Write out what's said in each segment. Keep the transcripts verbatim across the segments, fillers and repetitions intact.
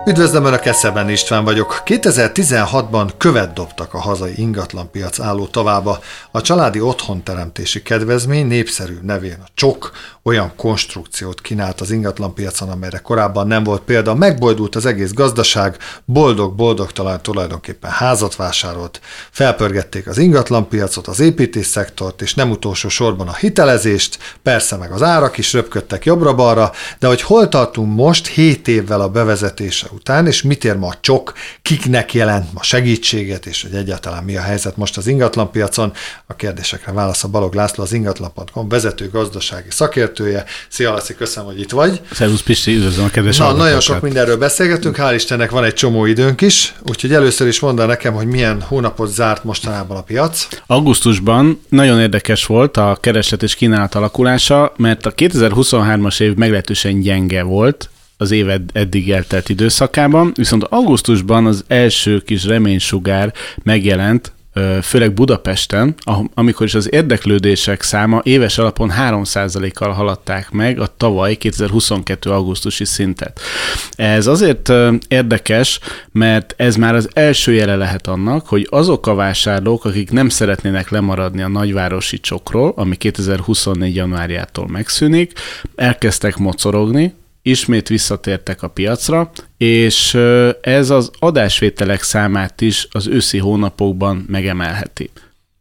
Üdvözlöm Önöket, Szeben István vagyok. kétezer-tizenhatban követ dobtak a hazai ingatlanpiac álló tavába. A családi otthonteremtési kedvezmény népszerű nevén a csok olyan konstrukciót kínált az ingatlanpiacon, amelyre korábban nem volt példa. Megbojdult az egész gazdaság, boldog-boldogtalan tulajdonképpen házat vásárolt, felpörgették az ingatlanpiacot, az építésszektort, és nem utolsó sorban a hitelezést, persze meg az árak is röpködtek jobbra-balra, de hogy hol tartunk most, hét évvel a bevezetése után, és mit ér ma a csok, kiknek jelent ma segítséget, és hogy egyáltalán mi a helyzet most az ingatlanpiacon. A kérdésekre válasz a Balogh László, az ingatlan pont com vezető gazdasági szakértője. Szia, Laci, köszönöm, hogy itt vagy. Szervusz Pisti, üdvözlöm a kedves Na, hallgatókat. nagyon sok mindenről beszélgetünk, hál' Istennek van egy csomó időnk is, úgyhogy először is mondd el nekem, hogy milyen hónapot zárt mostanában a piac. Augusztusban nagyon érdekes volt a kereslet és kínálat alakulása, mert a kétezer-huszonhármas év meglehetősen gyenge volt az év eddig eltelt időszakában, viszont augusztusban az első kis reménysugár megjelent, főleg Budapesten, amikor is az érdeklődések száma éves alapon három százalékkal haladták meg a tavaly kétezer-huszonkettő augusztusi szintet. Ez azért érdekes, mert ez már az első jele lehet annak, hogy azok a vásárlók, akik nem szeretnének lemaradni a nagyvárosi csokról, ami kétezer-huszonnégy januárjától megszűnik, elkezdtek mocorogni, ismét visszatértek a piacra, és ez az adásvételek számát is az őszi hónapokban megemelheti.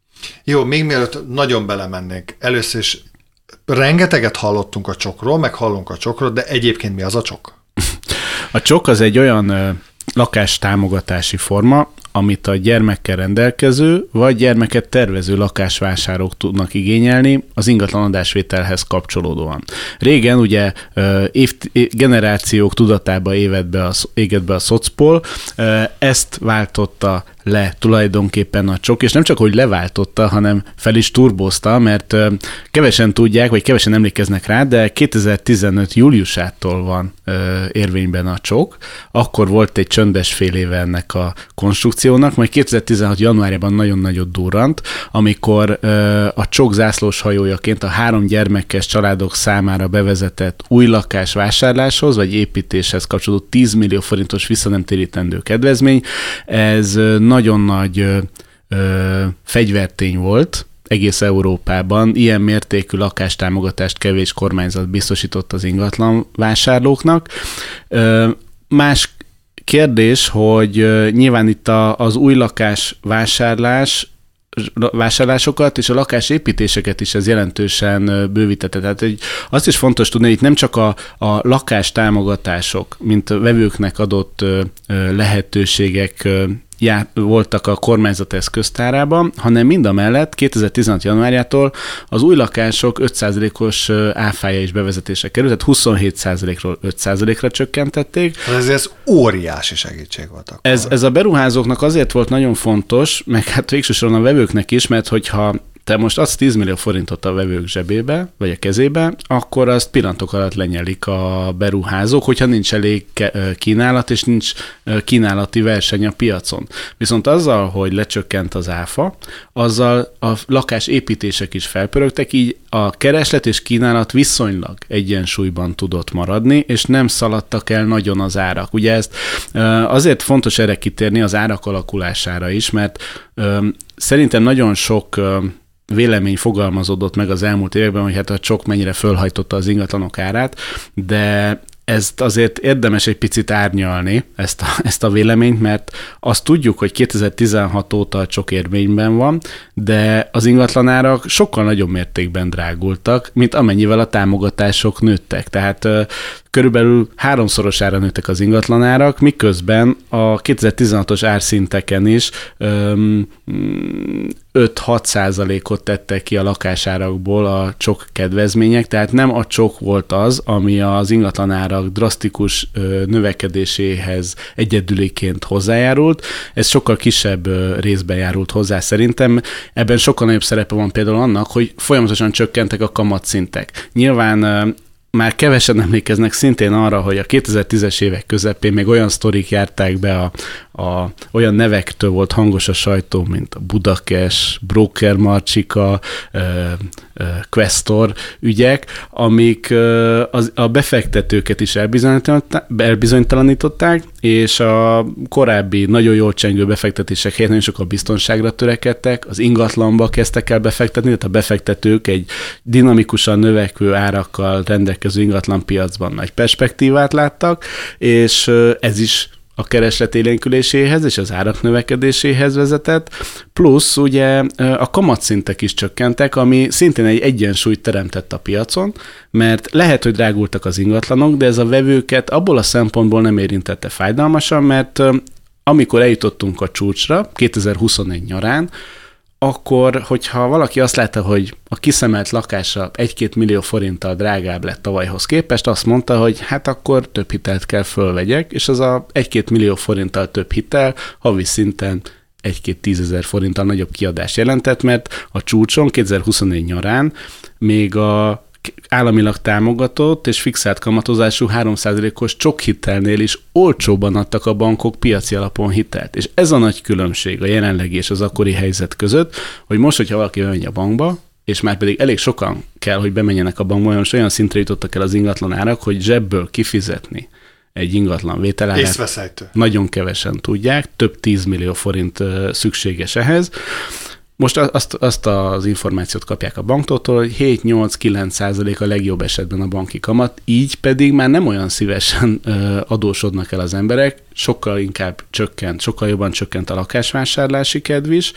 Jó, még mielőtt nagyon belemennénk, először is rengeteget hallottunk a csokról, meg hallunk a csokról, de egyébként mi az a csok? A csok az egy olyan lakástámogatási forma, amit a gyermekkel rendelkező, vagy gyermeket tervező lakásvásárlók tudnak igényelni az ingatlan adásvételhez kapcsolódóan. Régen ugye év, generációk tudatába égett be a, égett be a szocpol, ezt váltotta le tulajdonképpen a csok, és nem csak, hogy leváltotta, hanem fel is turbózta, mert kevesen tudják, vagy kevesen emlékeznek rá, de kétezer-tizenöt júliusától van érvényben a csok, akkor volt egy csöndes fél éve ennek a konstrukciónak, majd kétezer-tizenhat januárjában nagyon nagyot durrant, amikor a csok zászlós hajójaként a három gyermekes családok számára bevezetett új lakás vásárláshoz, vagy építéshez kapcsolódó tíz millió forintos visszanemtérítendő kedvezmény, ez nagyon nagy ö, ö, fegyvertény volt egész Európában. Ilyen mértékű lakástámogatást kevés kormányzat biztosított az ingatlan vásárlóknak. Ö, más kérdés, hogy ö, nyilván itt a, az új lakás vásárlás vásárlásokat és a lakásépítéseket is ez jelentősen bővítette. Tehát azt is fontos tudni, hogy itt nem csak a, a lakástámogatások, mint vevőknek adott lehetőségek Já, voltak a kormányzat eszköztárában, hanem mindamellett kétezer-tizenhat januárjától az új lakások öt százalékos áfája is bevezetésre került, tehát huszonhét százalékról öt százalékra csökkentették. Ez, ez óriási segítség volt akkor. Ez, ez a beruházóknak azért volt nagyon fontos, meg hát végsősorban a vevőknek is, mert hogyha te most adsz tíz millió forintot a vevők zsebébe, vagy a kezébe, akkor azt pillanatok alatt lenyelik a beruházók, hogyha nincs elég kínálat, és nincs kínálati verseny a piacon. Viszont azzal, hogy lecsökkent az áfa, azzal a lakásépítések is felpörögtek, így a kereslet és kínálat viszonylag egyensúlyban tudott maradni, és nem szaladtak el nagyon az árak. Ugye ezt azért fontos erre kitérni az árak alakulására is, mert szerintem nagyon sok vélemény fogalmazódott meg az elmúlt években, hogy hát a csok mennyire fölhajtotta az ingatlanok árát, de ezt azért érdemes egy picit árnyalni, ezt a, ezt a véleményt, mert azt tudjuk, hogy kétezer-tizenhat óta a csok érvényben van, de az ingatlanárak sokkal nagyobb mértékben drágultak, mint amennyivel a támogatások nőttek. Tehát körülbelül háromszorosára nőttek az ingatlanárak, miközben a kétezer-tizenhatos árszinteken is öt-hat százalékot tettek ki a lakásárakból a csok kedvezmények, tehát nem a csok volt az, ami az ingatlanárak drasztikus növekedéséhez egyedüliként hozzájárult. Ez sokkal kisebb részben járult hozzá szerintem. Ebben sokkal nagyobb szerepe van például annak, hogy folyamatosan csökkentek a kamatszintek. Nyilván már kevesen emlékeznek szintén arra, hogy a kétezer-tízes évek közepén még olyan sztorik járták be a, a, olyan nevektől volt hangos a sajtó, mint a Budakes, Broker Marcsika, ö, ö, Questor ügyek, amik ö, az, a befektetőket is elbizonytalanították, és a korábbi nagyon jól csengő befektetések helyett nagyon sok a biztonságra törekedtek, az ingatlanba kezdtek el befektetni, tehát a befektetők egy dinamikusan növekvő árakkal rendelkező ingatlanpiacban nagy perspektívát láttak, és ez is a kereslet élénküléséhez és az árak növekedéséhez vezetett, plusz ugye a kamatszintek is csökkentek, ami szintén egy egyensúlyt teremtett a piacon, mert lehet, hogy drágultak az ingatlanok, de ez a vevőket abból a szempontból nem érintette fájdalmasan, mert amikor eljutottunk a csúcsra, kétezer-huszonegy nyarán, akkor, hogyha valaki azt látta, hogy a kiszemelt lakása egy-két millió forinttal drágább lett tavalyhoz képest, azt mondta, hogy hát akkor több hitelt kell fölvegyek, és az a egy-két millió forinttal több hitel havi szinten egy-két tízezer forinttal nagyobb kiadás jelentett, mert a csúcson kétezer-huszonnégy nyarán még a államilag támogatott és fixált kamatozású három százalékos csokhitelnél is olcsóban adtak a bankok piaci alapon hitelt. És ez a nagy különbség a jelenlegi és az akkori helyzet között, hogy most, hogyha valaki bemegy a bankba, és már pedig elég sokan kell, hogy bemenjenek a bankba, most olyan szintre jutottak el az ingatlan árak, hogy zsebből kifizetni egy ingatlan vételárát nagyon kevesen tudják, több tízmillió forint szükséges ehhez. Most azt, azt az információt kapják a banktól, hogy hét-nyolc-kilenc százalék a legjobb esetben a banki kamat, így pedig már nem olyan szívesen adósodnak el az emberek, sokkal inkább csökkent, sokkal jobban csökkent a lakásvásárlási kedv is,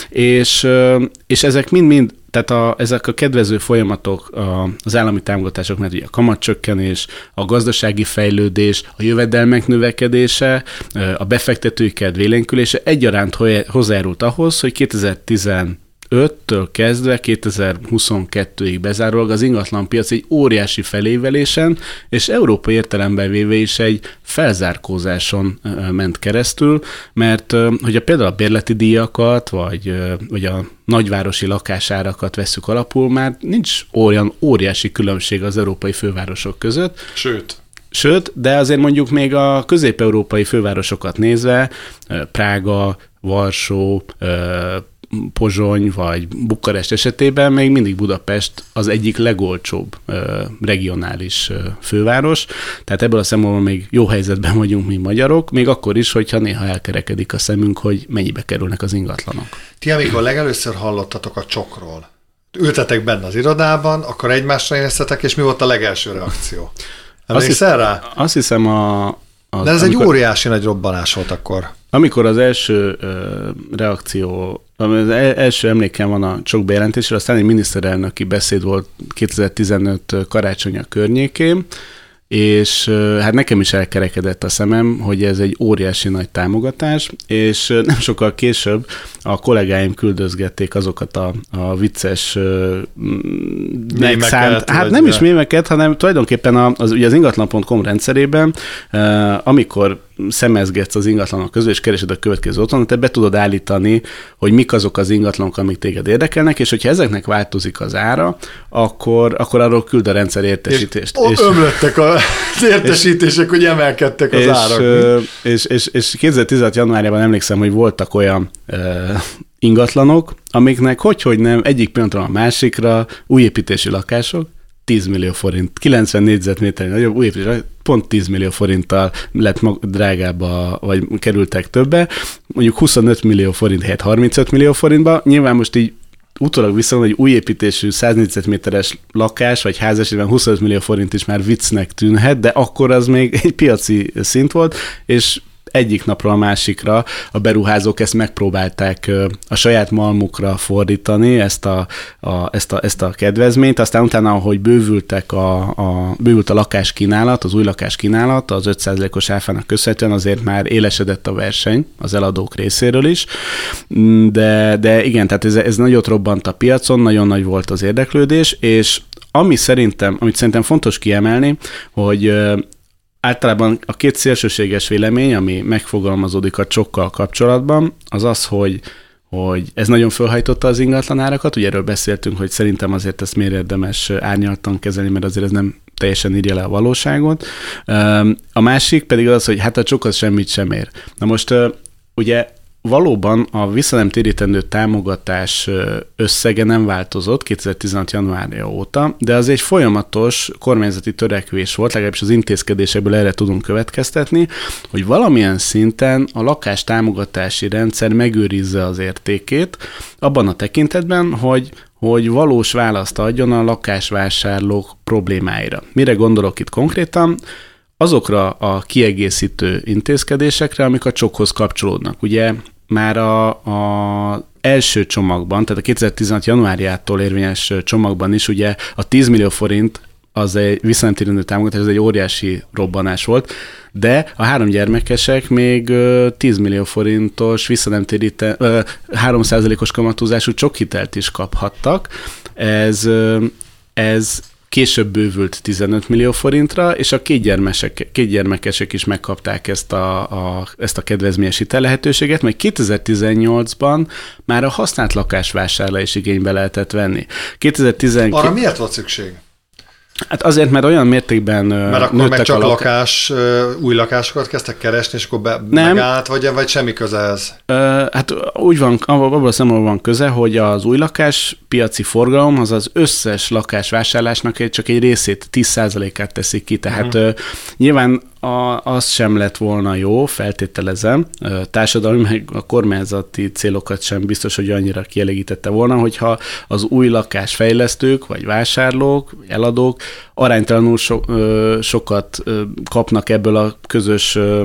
és, és ezek mind-mind, tehát a, ezek a kedvező folyamatok, a, az állami támogatások, mert ugye a kamatcsökkenés, a gazdasági fejlődés, a jövedelmek növekedése, a befektetői kedv élénkülése egyaránt hozzájárult ahhoz, hogy kétezer-tizenöttől kezdve kétezer-huszonkettőig bezárólag az ingatlanpiac egy óriási felévelésen, és európai értelemben véve is egy felzárkózáson ment keresztül, mert hogyha például a bérleti díjakat, vagy, vagy a nagyvárosi lakásárakat vesszük alapul, már nincs olyan óriási különbség az európai fővárosok között. Sőt. Sőt, de azért mondjuk még a közép-európai fővárosokat nézve, Prága, Varsó, Pozsony vagy Bukarest esetében még mindig Budapest az egyik legolcsóbb ö, regionális ö, főváros, tehát ebből a szempontból még jó helyzetben vagyunk mi magyarok, még akkor is, hogyha néha elkerekedik a szemünk, hogy mennyibe kerülnek az ingatlanok. Ti, amikor legelőször hallottatok a csokról, ültetek benne az irodában, akkor egymásra éreztetek, és mi volt a legelső reakció? Emlékszel rá? Azt hiszem a... Az, De ez amikor, egy óriási nagy robbanás volt akkor. Amikor az első ö, reakció, az első emlékem van a csok bejelentésről, aztán egy miniszterelnöki beszéd volt kétezer-tizenöt karácsonya környékén, és hát nekem is elkerekedett a szemem, hogy ez egy óriási nagy támogatás, és nem sokkal később a kollégáim küldözgették azokat a, a vicces megszánt, hát nem is mémeket, hanem tulajdonképpen az, ugye az ingatlan pont com rendszerében, amikor szemezgetsz az ingatlanok közül, és keresed a következő otthonot, te be tudod állítani, hogy mik azok az ingatlanok, amik téged érdekelnek, és hogyha ezeknek változik az ára, akkor, akkor arról küld a rendszer értesítést. És, és ömlöttek az értesítések, és, hogy emelkedtek az és, árak. És, és, és kétezer-tizenhat januárjában emlékszem, hogy voltak olyan uh, ingatlanok, amiknek hogy-hogy nem egyik pillanatra a másikra új építésű lakások, tíz millió forint, kilencven négyzetméternél nagyobb, új építés, pont tíz millió forinttal lett mag- drágább, a, vagy kerültek többe, mondjuk huszonöt millió forint helyett harmincöt millió forintba. Nyilván most így utólag viszont egy új építésű száz négyzetméteres lakás, vagy ház esetben huszonöt millió forint is már viccnek tűnhet, de akkor az még egy piaci szint volt, és egyik napról a másikra a beruházók ezt megpróbálták a saját malmukra fordítani, ezt a, a, ezt a, ezt a kedvezményt, aztán utána, ahogy bővültek a, a, bővült a lakáskínálat, az új lakáskínálat, az öt százalékos áfának köszönhetően azért már élesedett a verseny az eladók részéről is, de, de igen, tehát ez, ez nagyot robbant a piacon, nagyon nagy volt az érdeklődés, és ami szerintem, amit szerintem fontos kiemelni, hogy általában a két szélsőséges vélemény, ami megfogalmazódik a csokkal kapcsolatban, az az, hogy, hogy ez nagyon fölhajtotta az ingatlanárakat, ugye erről beszéltünk, hogy szerintem azért ezt miért érdemes árnyaltan kezelni, mert azért ez nem teljesen írja le a valóságot. A másik pedig az, hogy hát a csok az semmit sem ér. Na most ugye valóban a visszanemtérítendő támogatás összege nem változott kétezer-tizenhat. januárja óta, de az egy folyamatos kormányzati törekvés volt, legalábbis az intézkedésekből erre tudunk következtetni, hogy valamilyen szinten a lakástámogatási rendszer megőrizze az értékét, abban a tekintetben, hogy hogy valós választ adjon a lakásvásárlók problémáira. Mire gondolok itt konkrétan? Azokra a kiegészítő intézkedésekre, amik a csokhoz kapcsolódnak. Ugye már a, a első csomagban, tehát a kétezer-tizenhat. januárjától érvényes csomagban is ugye a tíz millió forint az egy visszanemtérítendő támogatás, ez egy óriási robbanás volt, de a három gyermekesek még tíz millió forintos visszanemtérítendő, három százalékos kamatozású csokhitelt is kaphattak. Ez, ez később bővült tizenöt millió forintra, és a kétgyermesek, kétgyermekesek is megkapták ezt a, a, ezt a kedvezményes hitel lehetőséget, majd kétezer-tizennyolcban már a használt lakásvásárlásra is igénybe lehetett venni. kétezer-tizenkilenc Arra miért volt szükség? Hát azért, mert olyan mértékben Mert akkor meg csak lak... lakás, új lakásokat kezdtek keresni, és akkor be, megállt, vagy, vagy semmi köze ez? Hát úgy van, abban a szemben van köze, hogy az új lakás piaci forgalom az az összes lakásvásárlásnak csak egy részét, tíz százalékát teszik ki, tehát uh-huh. nyilván a, az sem lett volna jó, feltételezem, társadalmi, meg a kormányzati célokat sem biztos, hogy annyira kielégítette volna, hogyha az új lakásfejlesztők, vagy vásárlók, vagy eladók aránytalanul so, ö, sokat ö, kapnak ebből a közös, ö,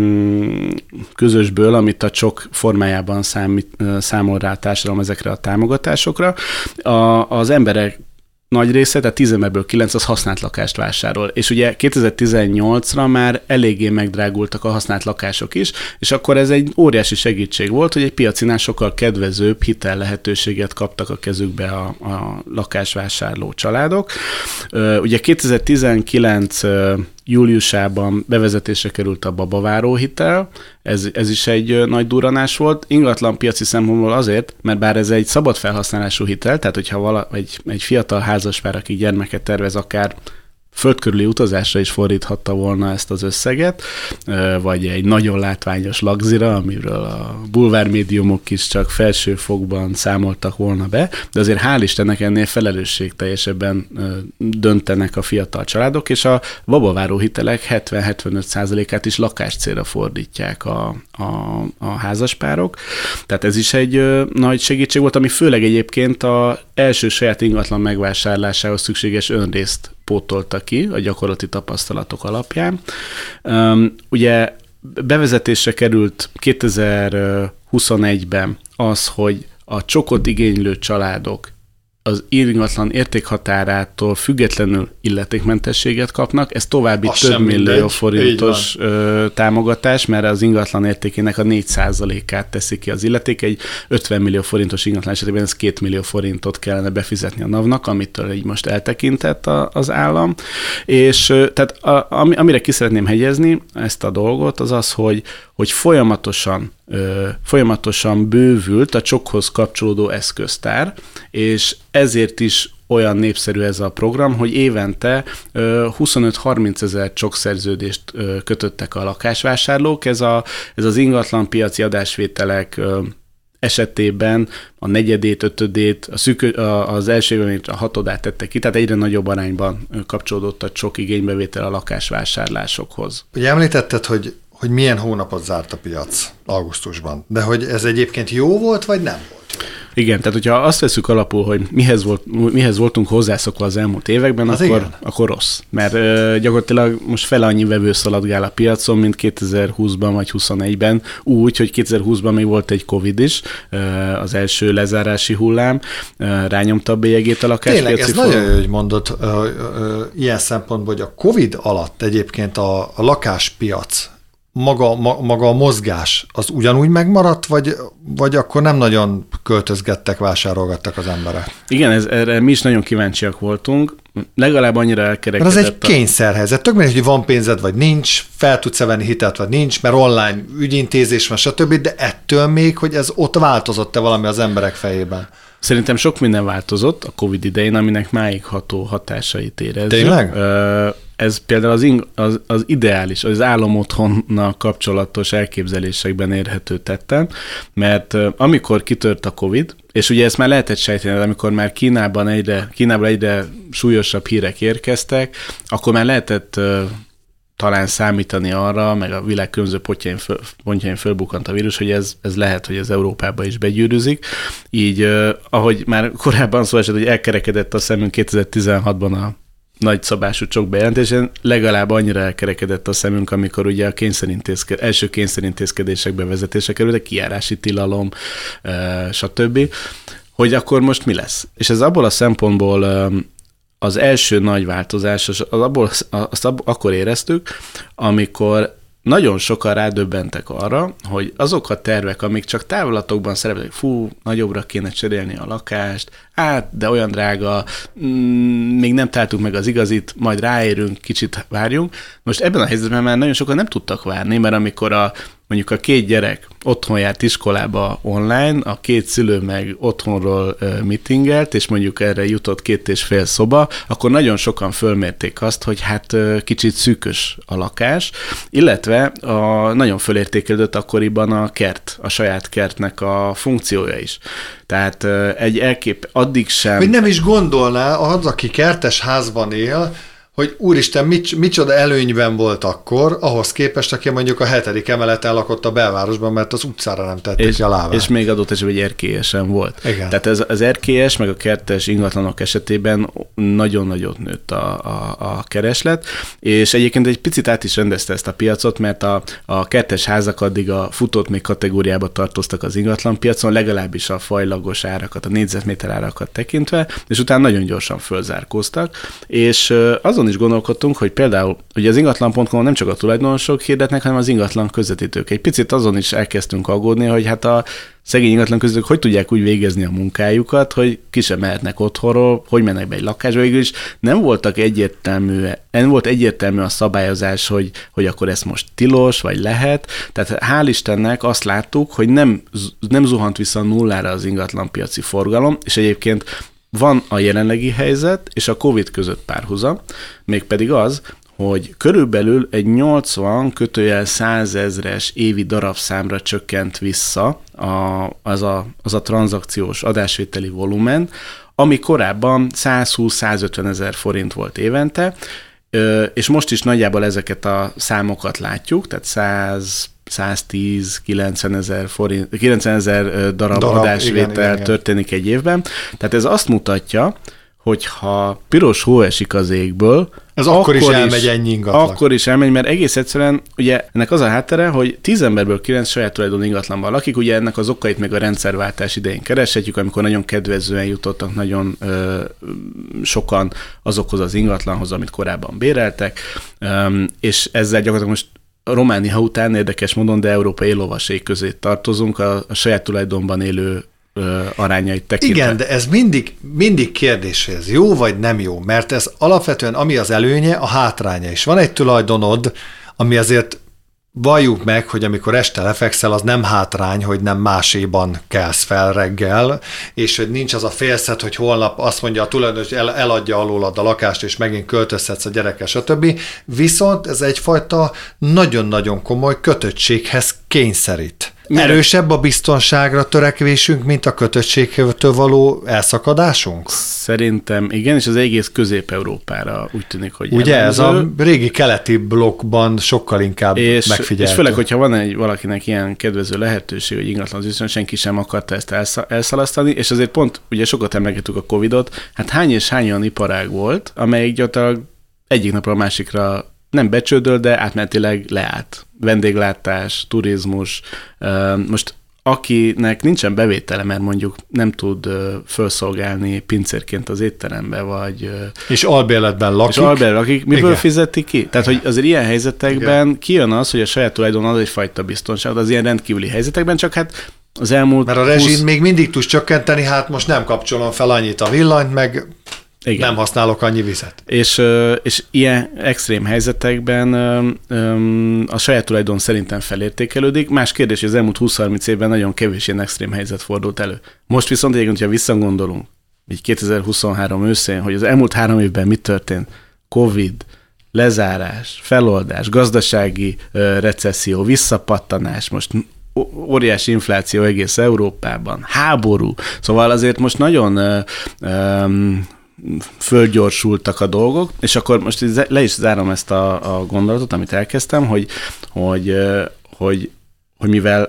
közösből, amit a csok formájában számít, ö, számol rá a társadalom ezekre a támogatásokra. A, az emberek nagy része, tehát tíz emberből kilenc az használt lakást vásárol. És ugye kétezer-tizennyolcra már eléggé megdrágultak a használt lakások is, és akkor ez egy óriási segítség volt, hogy egy piacinál sokkal kedvezőbb hitel lehetőséget kaptak a kezükbe a, a lakásvásárló családok. Ugye kétezer-tizenkilenc júliusában bevezetésre került a babaváró hitel, ez, ez is egy nagy durranás volt. Ingatlan piaci szempontból azért, mert bár ez egy szabad felhasználású hitel, tehát hogyha vala, egy, egy fiatal házaspár, aki gyermeket tervez, akár földkörüli utazásra is fordíthatta volna ezt az összeget, vagy egy nagyon látványos lagzira, amiről a bulvármédiumok is csak felsőfokban számoltak volna be, de azért hál' Istennek ennél felelősségteljesebben döntenek a fiatal családok, és a babaváró hitelek hetven-hetvenöt százalékát is lakáscélra fordítják a, a, a házaspárok. Tehát ez is egy nagy segítség volt, ami főleg egyébként az első saját ingatlan megvásárlásához szükséges önrészt pótolta ki a gyakorlati tapasztalatok alapján. Um, ugye bevezetésre került kétezer-huszonegyben az, hogy a csokot igénylő családok az ingatlan értékhatárától függetlenül illetékmentességet kapnak, ez további az több millió mindegy. forintos támogatás, mert az ingatlan értékének a négy százalékát teszi ki az illeték, egy ötven millió forintos ingatlan esetében ez két millió forintot kellene befizetni a NAV-nak, amitől így most eltekintett a, az állam, és tehát a, amire ki szeretném hegyezni ezt a dolgot, az az, hogy, hogy folyamatosan Ö, folyamatosan bővült a csokhoz kapcsolódó eszköztár, és ezért is olyan népszerű ez a program, hogy évente ö, huszonöt-harminc ezer csokszerződést ö, kötöttek a lakásvásárlók. Ez, a, ez az ingatlan piaci adásvételek ö, esetében a negyedét, ötödét, a szűk, a, az első évben a hatodát tette ki, tehát egyre nagyobb arányban kapcsolódott a csok igénybevétel a lakásvásárlásokhoz. Ugye említetted, hogy hogy milyen hónapot zárt a piac augusztusban, de hogy ez egyébként jó volt, vagy nem volt jó? Igen, tehát hogyha azt veszük alapul, hogy mihez, volt, mihez voltunk hozzászokva az elmúlt években, akkor, akkor rossz. Mert uh, gyakorlatilag most fele annyi vevő szaladgál a piacon, mint kétezer-húszban vagy huszonegyben, úgy, hogy kétezer-húszban még volt egy Covid is, uh, az első lezárási hullám, uh, rányomta a bélyegét a lakáspiaci. Tényleg, ez forró. Nagyon jó, hogy mondod uh, uh, ilyen szempontból, hogy a Covid alatt egyébként a, a lakáspiac Maga, ma, maga a mozgás, az ugyanúgy megmaradt, vagy, vagy akkor nem nagyon költözgettek, vásárolgattak az emberek? Igen, ez, erre mi is nagyon kíváncsiak voltunk. Legalább annyira elkerekedett. Mert az egy kényszerhelyzet. Tök mindegy, hogy van pénzed, vagy nincs, fel tudsz venni hitelt, vagy nincs, mert online ügyintézés van, stb., de ettől még, hogy ez ott változott-e valami az emberek fejében? Szerintem sok minden változott a Covid idején, aminek máig ható hatásait érezzük. Tényleg? ez például az, ing, az, az ideális, az álomotthonnal kapcsolatos elképzelésekben érhető tetten, mert amikor kitört a Covid, és ugye ezt már lehetett sejteni, amikor már Kínában egyre, Kínában egyre súlyosabb hírek érkeztek, akkor már lehetett talán számítani arra, meg a világ különböző pontjain, föl, pontjain fölbukkant a vírus, hogy ez, ez lehet, hogy ez Európába is begyűrűzik. Így, eh, ahogy már korábban szó esett, hogy elkerekedett a szemünk kétezer-tizenhatban a nagyszabású csok bejelentésen, legalább annyira elkerekedett a szemünk, amikor ugye a kényszerintézke, első kényszerintézkedések bevezetése kerültek, kijárási tilalom, eh, stb., hogy akkor most mi lesz. És ez abból a szempontból eh, az első nagy változás, az abból, azt akkor éreztük, amikor nagyon sokan rádöbbentek arra, hogy azok a tervek, amik csak távlatokban szerepelnek, fú, nagyobbra kéne cserélni a lakást, hát, de olyan drága, mm, még nem találtuk meg az igazit, majd ráérünk, kicsit várjunk. Most ebben a helyzetben már nagyon sokan nem tudtak várni, mert amikor a mondjuk a két gyerek otthon járt iskolába online, a két szülő meg otthonról uh, meetingelt, és mondjuk erre jutott két és fél szoba, akkor nagyon sokan fölmérték azt, hogy hát uh, kicsit szűkös a lakás, illetve a, nagyon fölértékelődött akkoriban a kert, a saját kertnek a funkciója is. Tehát uh, egy elkép addig sem... Hogy nem is gondolná az, aki kertes házban él, hogy úristen, mics, micsoda előnyben volt akkor, ahhoz képest, aki mondjuk a hetedik emeleten lakott a belvárosban, mert az utcára nem tették és, a lábát. És még adott esetben egy erkélyesen volt. Igen. Tehát ez, az erkélyes, meg a kertes ingatlanok esetében nagyon nagyot nőtt a, a, a kereslet, és egyébként egy picit át is rendezte ezt a piacot, mert a, a kertes házak addig a futott még kategóriába tartoztak az ingatlanpiacon, legalábbis a fajlagos árakat, a négyzetméter árakat tekintve, és utána nagyon gyorsan fölzárkóztak, és azon is gondolkodtunk, hogy például ugye az ingatlan pont com nem csak a tulajdonosok hirdetnek, hanem az ingatlan közvetítők. Egy picit azon is elkezdtünk aggódni, hogy hát a szegény ingatlan közvetítők hogy tudják úgy végezni a munkájukat, hogy ki sem mehetnek otthonról, hogy mennek be egy lakásba. Végül is nem voltak egyértelmű, nem volt egyértelmű a szabályozás, hogy, hogy akkor ez most tilos, vagy lehet. Tehát hál' Istennek azt láttuk, hogy nem, nem zuhant vissza nullára az ingatlanpiaci forgalom, és egyébként van a jelenlegi helyzet és a Covid között párhuzam, mégpedig az, hogy körülbelül egy nyolcvan kötőjel százezres évi darabszámra csökkent vissza a, az, a, az a tranzakciós adásvételi volumen, ami korábban százhúsz-százötven ezer forint volt évente, és most is nagyjából ezeket a számokat látjuk, tehát száz száztíz kilencven ezer forint, kilencven ezer darab, darab adásvétel igen, igen, történik egy évben. Tehát ez azt mutatja, hogy ha piros hó esik az égből, ez akkor, akkor is elmegy is, ennyi ingatlan. Akkor is elmegy, mert egész egyszerűen, ugye ennek az a háttere, hogy tíz emberből kilenc saját tulajdonú ingatlanban lakik, ugye ennek az okait még a rendszerváltás idején kereshetjük, amikor nagyon kedvezően jutottak nagyon ö, sokan azokhoz az ingatlanhoz, amit korábban béreltek, ö, és ezzel gyakorlatilag most Románia után érdekes módon, de európai lovaség közé tartozunk, a, a saját tulajdonban élő ö, arányait tekintve. Igen, de ez mindig, mindig kérdés, ez jó vagy nem jó, mert ez alapvetően ami az előnye, a hátránya is. Van egy tulajdonod, ami azért valljuk meg, hogy amikor este lefekszel, az nem hátrány, hogy nem máséban kelsz fel reggel, és hogy nincs az a félszed, hogy holnap azt mondja a tulajdonos, hogy el, eladja alólad a lakást, és megint költözhetsz a gyerekkel, stb. Viszont ez egyfajta nagyon-nagyon komoly kötöttséghez kényszerít. Erősebb a biztonságra törekvésünk, mint a kötöttségtől való elszakadásunk? Szerintem igen, és az egész Közép-Európára úgy tűnik, hogy ugye jellemző. Ez a régi keleti blokkban sokkal inkább és, megfigyelhető. És főleg, hogyha van egy valakinek ilyen kedvező lehetőség, hogy ingatlan viszont senki sem akarta ezt elszalasztani, és azért pont, ugye sokat emlegettük a Covidot, hát hány és hány olyan iparág volt, amelyik gyakorlatilag egyik napra a másikra nem becsődöl, de átmenetileg leállt. Vendéglátás, turizmus. Most akinek nincsen bevétele, mert mondjuk nem tud felszolgálni pincérként az étterembe, vagy... És albérletben lakik. És albérletben lakik, miből igen. fizeti ki? Tehát, hogy azért ilyen helyzetekben igen. kijön az, hogy a saját tulajdon az egyfajta biztonság, az ilyen rendkívüli helyzetekben, csak hát az elmúlt... Mert a rezsit húsz... még mindig tudsz csökkenteni, hát most nem kapcsolom fel annyit a villanyt, meg... Igen. Nem használok annyi vizet. És, és ilyen extrém helyzetekben a saját tulajdon szerintem felértékelődik. Más kérdés, hogy az elmúlt húsz-harminc évben nagyon kevés ilyen extrém helyzet fordult elő. Most viszont egyébként, hogyha visszagondolunk, így kétezer-huszonhárom őszén, hogy az elmúlt három évben mi történt, Covid, lezárás, feloldás, gazdasági ö, recesszió, visszapattanás, most óriási infláció egész Európában, háború. Szóval azért most nagyon ö, ö, fölgyorsultak a dolgok, és akkor most le is zárom ezt a, a gondolatot, amit elkezdtem, hogy, hogy, hogy, hogy mivel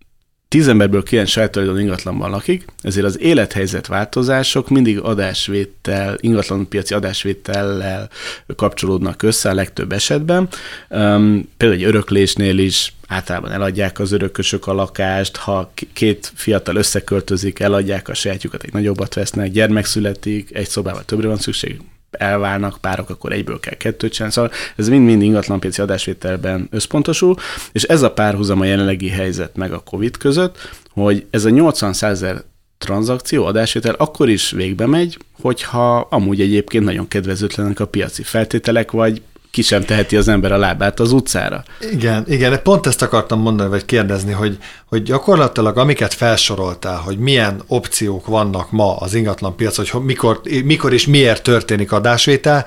tíz emberből kilenc saját tulajdon ingatlanban lakik, ezért az élethelyzet változások mindig adásvétel, ingatlanpiaci adásvétellel kapcsolódnak össze a legtöbb esetben. Um, például egy öröklésnél is általában eladják az örökösök a lakást, ha két fiatal összeköltözik, eladják a sajátjukat, egy nagyobbat vesznek, gyermek születik, egy szobával többre van szükség, elválnak párok, akkor egyből kell kettőt csinálni. Szóval ez mind-mind ingatlanpiaci adásvételben összpontosul, és ez a párhuzam a jelenlegi helyzet meg a Covid között, hogy ez a nyolcvan-százezer tranzakció, adásvétel akkor is végbe megy, hogyha amúgy egyébként nagyon kedvezőtlenek a piaci feltételek, vagy ki sem teheti az ember a lábát az utcára. Igen, igen, pont ezt akartam mondani, vagy kérdezni, hogy, hogy gyakorlatilag amiket felsoroltál, hogy milyen opciók vannak ma az ingatlan piac, hogy mikor, mikor és miért történik adásvétel,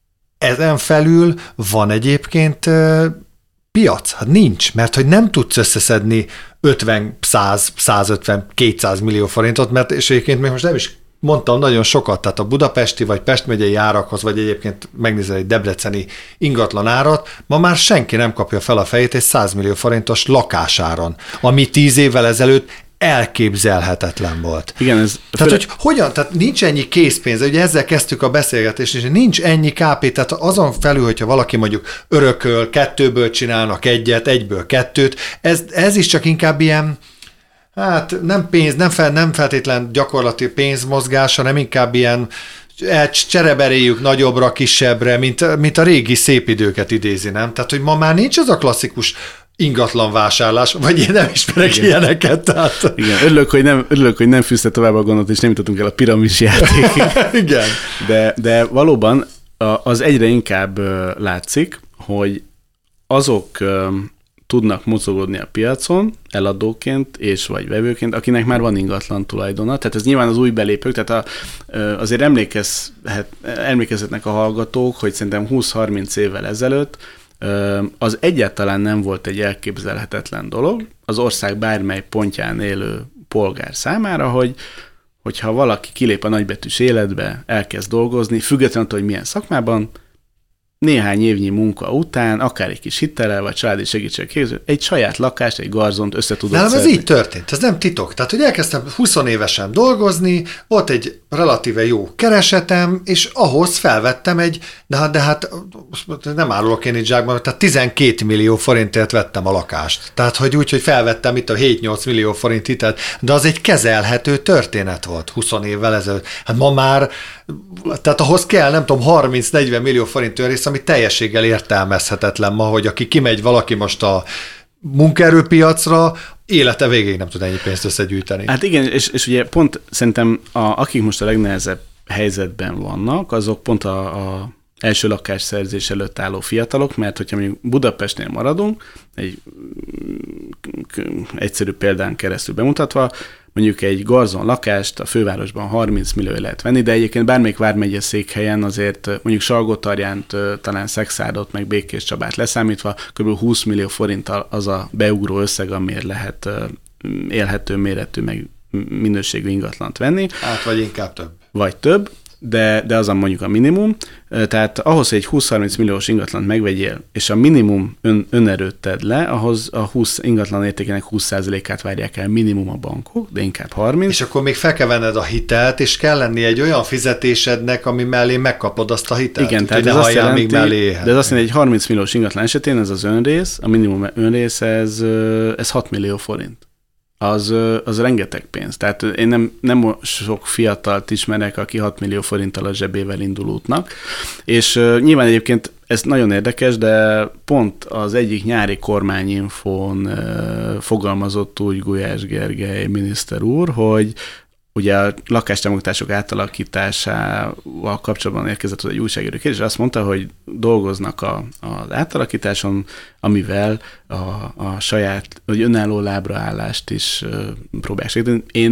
ezen felül van egyébként uh, piac? Hát nincs, mert hogy nem tudsz összeszedni ötven, száz, százötven, kétszáz millió forintot, mert és egyébként még most nem is mondtam nagyon sokat, tehát a budapesti vagy Pest megyei árakhoz, vagy egyébként megnézel egy debreceni ingatlan árat, ma már senki nem kapja fel a fejét egy száz millió forintos lakásáron, ami tíz évvel ezelőtt elképzelhetetlen volt. Igen, ez... Tehát, hogy hogyan, tehát nincs ennyi készpénz, ugye ezzel kezdtük a beszélgetést, és nincs ennyi ká pé, tehát azon felül, hogyha valaki mondjuk örököl, kettőből csinálnak egyet, egyből kettőt, ez, ez is csak inkább ilyen, hát nem pénz, nem, fel, nem feltétlen gyakorlati pénzmozgás, hanem inkább ilyen csereberéljük nagyobbra, kisebbre, mint, mint a régi szép időket idézi, nem? Tehát, hogy ma már nincs az a klasszikus ingatlan vásárlás, vagy én nem ismerek igen. ilyeneket. Tehát... Igen, örülök, hogy nem, örülök, hogy nem fűzte tovább a gondot, és nem jutottunk el a piramis játékig. Igen. De, de valóban az egyre inkább látszik, hogy azok tudnak mozogódni a piacon, eladóként és vagy vevőként, akinek már van ingatlan tulajdona. Tehát ez nyilván az új belépők, tehát a, azért emlékezhet, emlékezhetnek a hallgatók, hogy szerintem húsz-harminc évvel ezelőtt az egyáltalán nem volt egy elképzelhetetlen dolog az ország bármely pontján élő polgár számára, hogy hogyha valaki kilép a nagybetűs életbe, elkezd dolgozni, függetlenül, hogy milyen szakmában, néhány évnyi munka után, akár egy kis hittellel, vagy családi segítségkérdező, egy saját lakást, egy garzont össze tudott szedni. szedni. Ez így történt, ez nem titok. Tehát, hogy elkezdtem húsz évesen dolgozni, volt egy relatíve jó keresetem, és ahhoz felvettem egy, de hát, de hát nem árulok én itt zsákban, tehát tizenkét millió forintért vettem a lakást. Tehát, hogy úgy, hogy felvettem itt a hét-nyolc millió forint hitelt, de az egy kezelhető történet volt húsz évvel ezelőtt. Hát ma már, tehát ahhoz kell, nem tudom, harminc-negyven millió forint törvész, ami teljességgel értelmezhetetlen ma, hogy aki kimegy valaki most a munkaerőpiacra, élete végéig nem tud ennyi pénzt összegyűjteni. Hát igen, és, és ugye pont szerintem a, akik most a legnehezebb helyzetben vannak, azok pont a, a első lakásszerzés előtt álló fiatalok, mert hogyha mondjuk Budapestnél maradunk, egy egyszerű példán keresztül bemutatva, mondjuk egy garzon lakást a fővárosban harminc millió lehet venni, de egyébként bármelyik vármegye székhelyen azért mondjuk Salgótarjánt, talán Szexárdot, meg Békéscsabát leszámítva kb. húsz millió forint az a beugró összeg, amiért lehet élhető méretű, meg minőségű ingatlant venni. Hát vagy inkább több. Vagy több. De, de az a mondjuk a minimum. Tehát ahhoz, hogy egy húsz-harminc milliós ingatlant megvegyél, és a minimum ön, önerőt tedd le, ahhoz a húsz ingatlan értékének húsz százalékát várják el minimum a bankok, de inkább harminc. És akkor még fel kell venned a hitelt, és kell lenni egy olyan fizetésednek, ami mellé megkapod azt a hitelt. Igen, úgy, tehát ez azt jelenti, még mellé de ez azt jelenti, hogy egy harminc milliós ingatlan esetén ez az önrész, a minimum önrész, ez, ez hat millió forint. Az, az rengeteg pénz. Tehát én nem, nem sok fiatalt ismerek, aki hat millió forinttal a zsebével indul útnak, és uh, nyilván egyébként ez nagyon érdekes, de pont az egyik nyári kormányinfón uh, fogalmazott úgy Gulyás Gergely miniszter úr, hogy ugye a lakástámogatások átalakításával kapcsolatban érkezett az egy újságíró kérdés, és azt mondta, hogy dolgoznak a, az átalakításon, amivel a, a saját, vagy önálló lábra állást is uh, próbálják segíteni. Én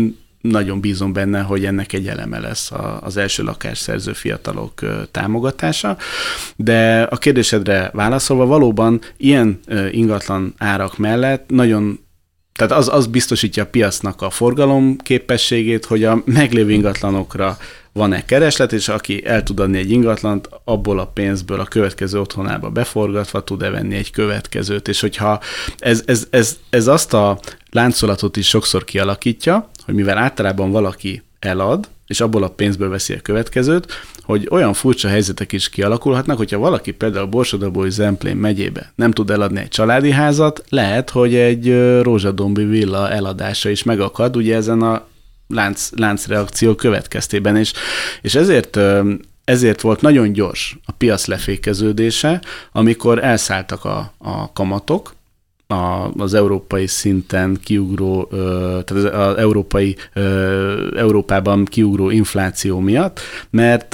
nagyon bízom benne, hogy ennek egy eleme lesz az első lakásszerző fiatalok támogatása. De a kérdésedre válaszolva valóban ilyen ingatlan árak mellett nagyon, tehát az, az biztosítja a piacnak a forgalom képességét, hogy a meglévő ingatlanokra van-e kereslet, és aki el tud adni egy ingatlant, abból a pénzből a következő otthonába beforgatva tud-e venni egy következőt. És hogyha ez, ez, ez, ez azt a láncolatot is sokszor kialakítja, hogy mivel általában valaki elad, és abból a pénzből veszi a következőt, hogy olyan furcsa helyzetek is kialakulhatnak, hogyha valaki például Borsod-Abaúj-Zemplén megyébe nem tud eladni egy családi házat, lehet, hogy egy rózsadombi villa eladása is megakad, ugye ezen a lánc, láncreakció következtében, és, és ezért, ezért volt nagyon gyors a piac lefékeződése, amikor elszálltak a, a kamatok, A, az európai szinten kiugró, tehát az európai, Európában kiugró infláció miatt, mert,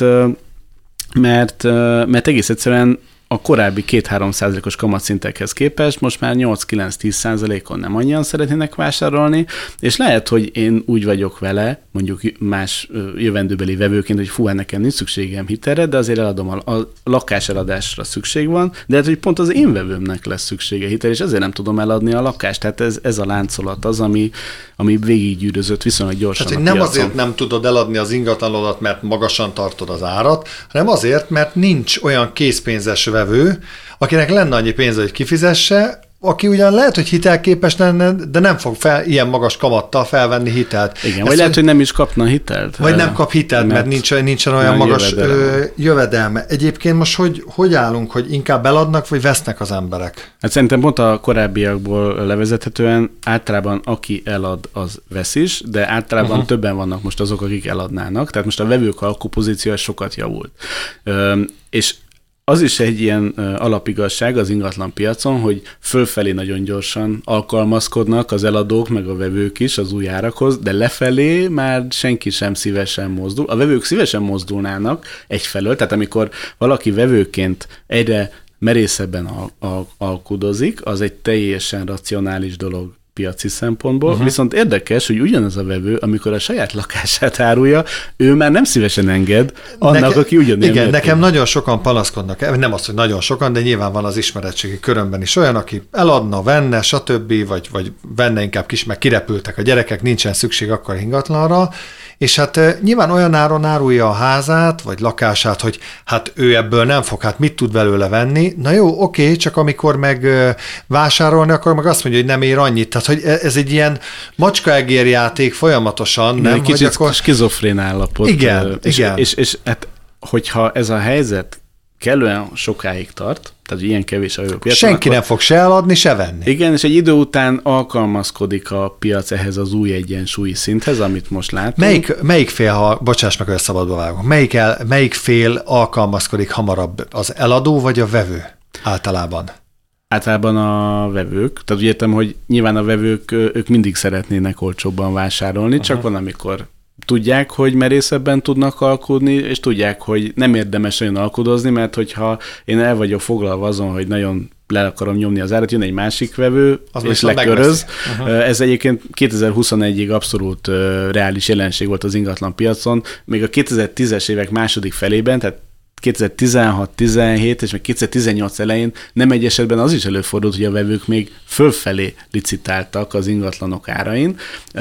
mert, mert egész egyszerűen a korábbi két-három százalékos kamatszintekhez képest most már nyolc-kilenc-tíz százalékon nem annyian szeretnének vásárolni, és lehet, hogy én úgy vagyok vele, mondjuk más jövendőbeli vevőként, hogy fú, nekem nincs szükségem hitelre, de azért eladom a, a lakáseladásra szükség van, de lehet, hogy pont az én vevőmnek lesz szüksége hitel, és ezért nem tudom eladni a lakást. Tehát ez, ez a láncolat az, ami, ami végiggyűrözött viszonylag gyorsan. Tehát, a nem piacon. Azért nem tudod eladni az ingatlanodat, mert magasan tartod az árat, hanem azért, mert nincs olyan készpénzes vevő, akinek lenne annyi pénze, hogy kifizesse, aki ugyan lehet, hogy hitelképes lenne, de nem fog fel, ilyen magas kamattal felvenni hitelt. Igen, Ezt vagy lehet, hogy nem is kapna hitelt. Vagy nem kap hitelt, mert, mert nincsen, nincsen olyan magas jövedelme. Ö, jövedelme. Egyébként most hogy, hogy állunk, hogy inkább eladnak, vagy vesznek az emberek? Hát szerintem pont a korábbiakból levezethetően általában aki elad, az vesz is, de általában uh-huh. többen vannak most azok, akik eladnának. Tehát most a vevők alkupozíciója sokat javult. Ö, és az is egy ilyen alapigazság az ingatlan piacon, hogy fölfelé nagyon gyorsan alkalmazkodnak az eladók, meg a vevők is az új árakhoz, de lefelé már senki sem szívesen mozdul. A vevők szívesen mozdulnának egyfelől, tehát amikor valaki vevőként egyre merészebben al- al- alkudozik, az egy teljesen racionális dolog piaci szempontból, uh-huh. viszont érdekes, hogy ugyanaz a vevő, amikor a saját lakását árulja, ő már nem szívesen enged annak, Neke, aki ugyanilyen. Igen, mérték. Nekem nagyon sokan panaszkodnak, nem az, hogy nagyon sokan, de nyilván van az ismeretségi körömben is olyan, aki eladna, venne, stb., vagy, vagy venne inkább kis, meg kirepültek a gyerekek, nincsen szükség akkor ingatlanra, és hát nyilván olyan áron árulja a házát, vagy lakását, hogy hát ő ebből nem fog, hát mit tud belőle venni. Na jó, oké, csak amikor meg vásárolni, akkor meg azt mondja, hogy nem ér annyit. Tehát, hogy ez egy ilyen macska-egér játék folyamatosan, igen, nem? Egy kicsit akkor... skizofrén állapot. Igen, és, igen. És, és, és hát, hogyha ez a helyzet kellően sokáig tart, tehát ilyen kevés a piacon. Senki akkor... nem fog se eladni, se venni. Igen, és egy idő után alkalmazkodik a piac ehhez az új egyensúlyi szinthez, amit most látunk. Melyik, melyik fél, ha, bocsáss meg, hogy szabadba vágom, melyik, el, melyik fél alkalmazkodik hamarabb, az eladó vagy a vevő általában? Általában a vevők. Tehát úgy értem, hogy nyilván a vevők, ők mindig szeretnének olcsóbban vásárolni, uh-huh. csak van, amikor tudják, hogy merészebben tudnak alkudni, és tudják, hogy nem érdemes olyan alkudozni, mert hogyha én el vagyok foglalva azon, hogy nagyon le akarom nyomni az árat, jön egy másik vevő, az és leköröz. Uh-huh. Ez egyébként kétezer-huszonegyig abszolút uh, reális jelenség volt az ingatlan piacon, még a kétezer-tízes évek második felében, tehát kétezer-tizenhat tizenhét és meg kétezer-tizennyolc elején nem egy esetben az is előfordult, hogy a vevők még fölfelé licitáltak az ingatlanok árain,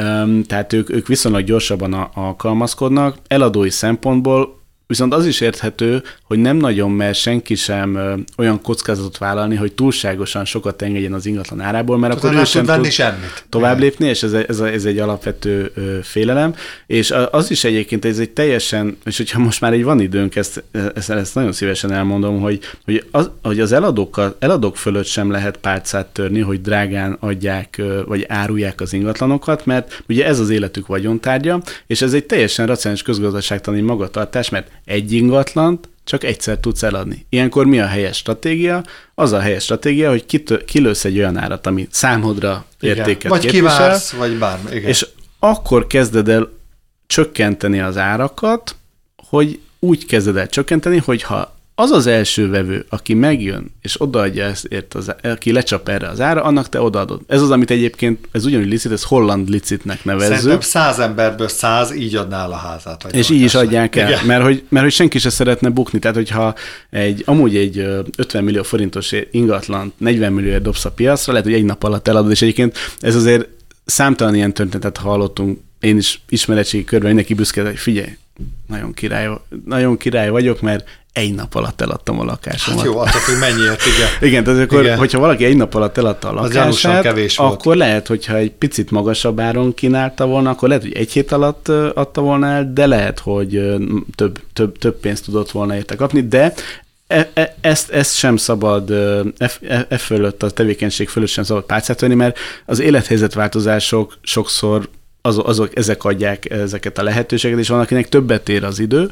tehát ők, ők viszonylag gyorsabban alkalmazkodnak. Eladói szempontból viszont az is érthető, hogy nem nagyon mer senki sem olyan kockázatot vállalni, hogy túlságosan sokat engedjen az ingatlan árából, mert Tudom, akkor ő sem tud semmit. tovább lépni, és ez, ez, ez egy alapvető félelem. És az is egyébként, ez egy teljesen, és hogyha most már így van időnk, ezt, ezt, ezt nagyon szívesen elmondom, hogy, hogy az, hogy az eladókkal, eladók fölött sem lehet pálcát törni, hogy drágán adják, vagy árulják az ingatlanokat, mert ugye ez az életük vagyontárgya, és ez egy teljesen racionális közgazdaságtani magatartás, mert egy ingatlant csak egyszer tudsz eladni. Ilyenkor mi a helyes stratégia? Az a helyes stratégia, hogy kitö- kilősz egy olyan árat, ami számodra értéket vagy képvisel. Vagy kivársz, vagy bármi. Igen. És akkor kezded el csökkenteni az árakat, hogy úgy kezded el csökkenteni, hogyha az az első vevő, aki megjön, és odaadja ezt, az, aki lecsap erre az ára, annak te odaadod. Ez az, amit egyébként, ez ugyanúgy licit, ez holland licitnek nevezzük. Szerintem száz emberből száz így adná el a házát. És így is adják el, mert hogy, mert hogy senki se szeretne bukni. Tehát, hogyha egy, amúgy egy ötven millió forintos ingatlant negyven millióért dobsz a piacra, lehet, hogy egy nap alatt eladod, és egyébként ez azért számtalan ilyen történetet hallottunk. Én is ismeretségi körben mindenki büszke, hogy figyelj, nagyon király, nagyon király vagyok, mert egy nap alatt eladtam a lakásomat. Hát jó, attól, hogy mennyiért, igen. Igen, tehát akkor, igen. hogyha valaki egy nap alatt eladta a lakását, kevés volt. Akkor lehet, hogyha egy picit magasabb áron kínálta volna, akkor lehet, hogy egy hét alatt adta volna el, de lehet, hogy több, több, több pénzt tudott volna érte kapni, de E, e, ezt, ezt sem szabad, e, e, e fölött, a tevékenység fölött sem szabad pálcát venni, mert az élethelyzetváltozások sokszor azok, azok, ezek adják ezeket a lehetőségeket, és van, akinek többet ér az idő,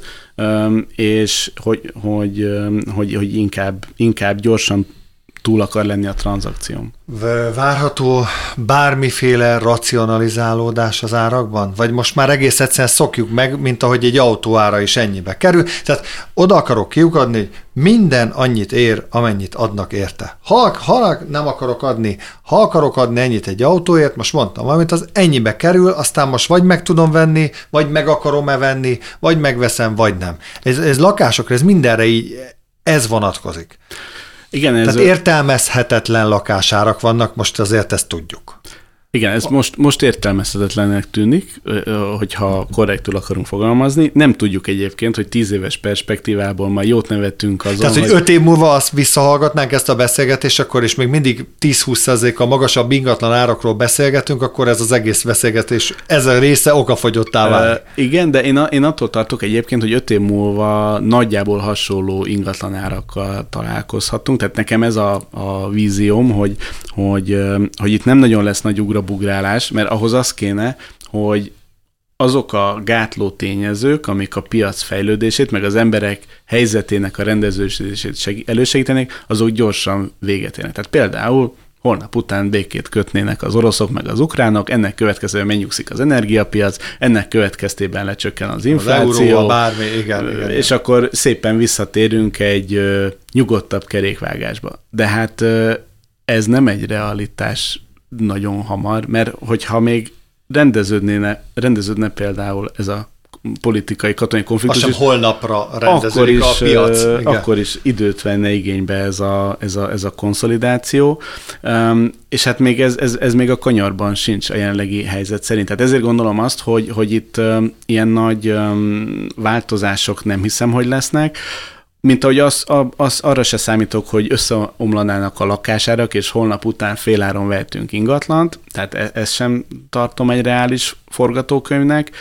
és hogy, hogy, hogy, hogy inkább, inkább gyorsan túl akar lenni a tranzakción. Várható bármiféle racionalizálódás az árakban? Vagy most már egész egyszerűen szokjuk meg, mint ahogy egy autó ára is ennyibe kerül. Tehát oda akarok kiukadni, hogy minden annyit ér, amennyit adnak érte. Ha, ha nem akarok adni, ha akarok adni ennyit egy autóért, most mondtam valamit, az ennyibe kerül, aztán most vagy meg tudom venni, vagy meg akarom-e venni, vagy megveszem, vagy nem. Ez, ez lakásokra, ez mindenre így, ez vonatkozik. Igen, ez Tehát értelmezhetetlen lakásárak vannak, most azért ezt tudjuk. Igen, ez most, most értelmezhetetlennek tűnik, hogyha korrektül akarunk fogalmazni. Nem tudjuk egyébként, hogy tíz éves perspektívából majd jót nevettünk azon, Tehát, hogy, hogy öt év múlva azt visszahallgatnánk ezt a beszélgetést, akkor is még mindig tíz-húsz százalékkal magasabb ingatlan árakról beszélgetünk, akkor ez az egész beszélgetés, ez a része okafogyottá válik. Uh, igen, de én, a, én attól tartok egyébként, hogy öt év múlva nagyjából hasonló ingatlan árakkal találkozhatunk. Tehát nekem ez a, a vízióm, hogy, hogy, hogy itt nem nagyon lesz nagy ugra bugrálás, mert ahhoz az kéne, hogy azok a gátló tényezők, amik a piac fejlődését, meg az emberek helyzetének a rendeződését elősegítenék, azok gyorsan véget érnek. Tehát például holnap után békét kötnének az oroszok, meg az ukránok, ennek következtében megnyugszik az energiapiac, ennek következtében lecsökken az infláció. Az euró, bármi, igen, igen. És igen. Akkor szépen visszatérünk egy ö, nyugodtabb kerékvágásba. De hát ö, ez nem egy realitás nagyon hamar, mert hogyha még rendeződne, rendeződne például ez a politikai, katonai konfliktus, azt sem holnapra rendeződik akkor is, a piac. Igen. Akkor is időt venne igénybe ez a, ez a, ez a konszolidáció, um, és hát még ez, ez, ez még a kanyarban sincs a jelenlegi helyzet szerint. Tehát ezért gondolom azt, hogy, hogy itt um, ilyen nagy um, változások nem hiszem, hogy lesznek, mint ahogy az, az, arra se számítok, hogy összeomlanának a lakásárak, és holnap után féláron vehetünk ingatlant, tehát e- ezt sem tartom egy reális forgatókönyvnek,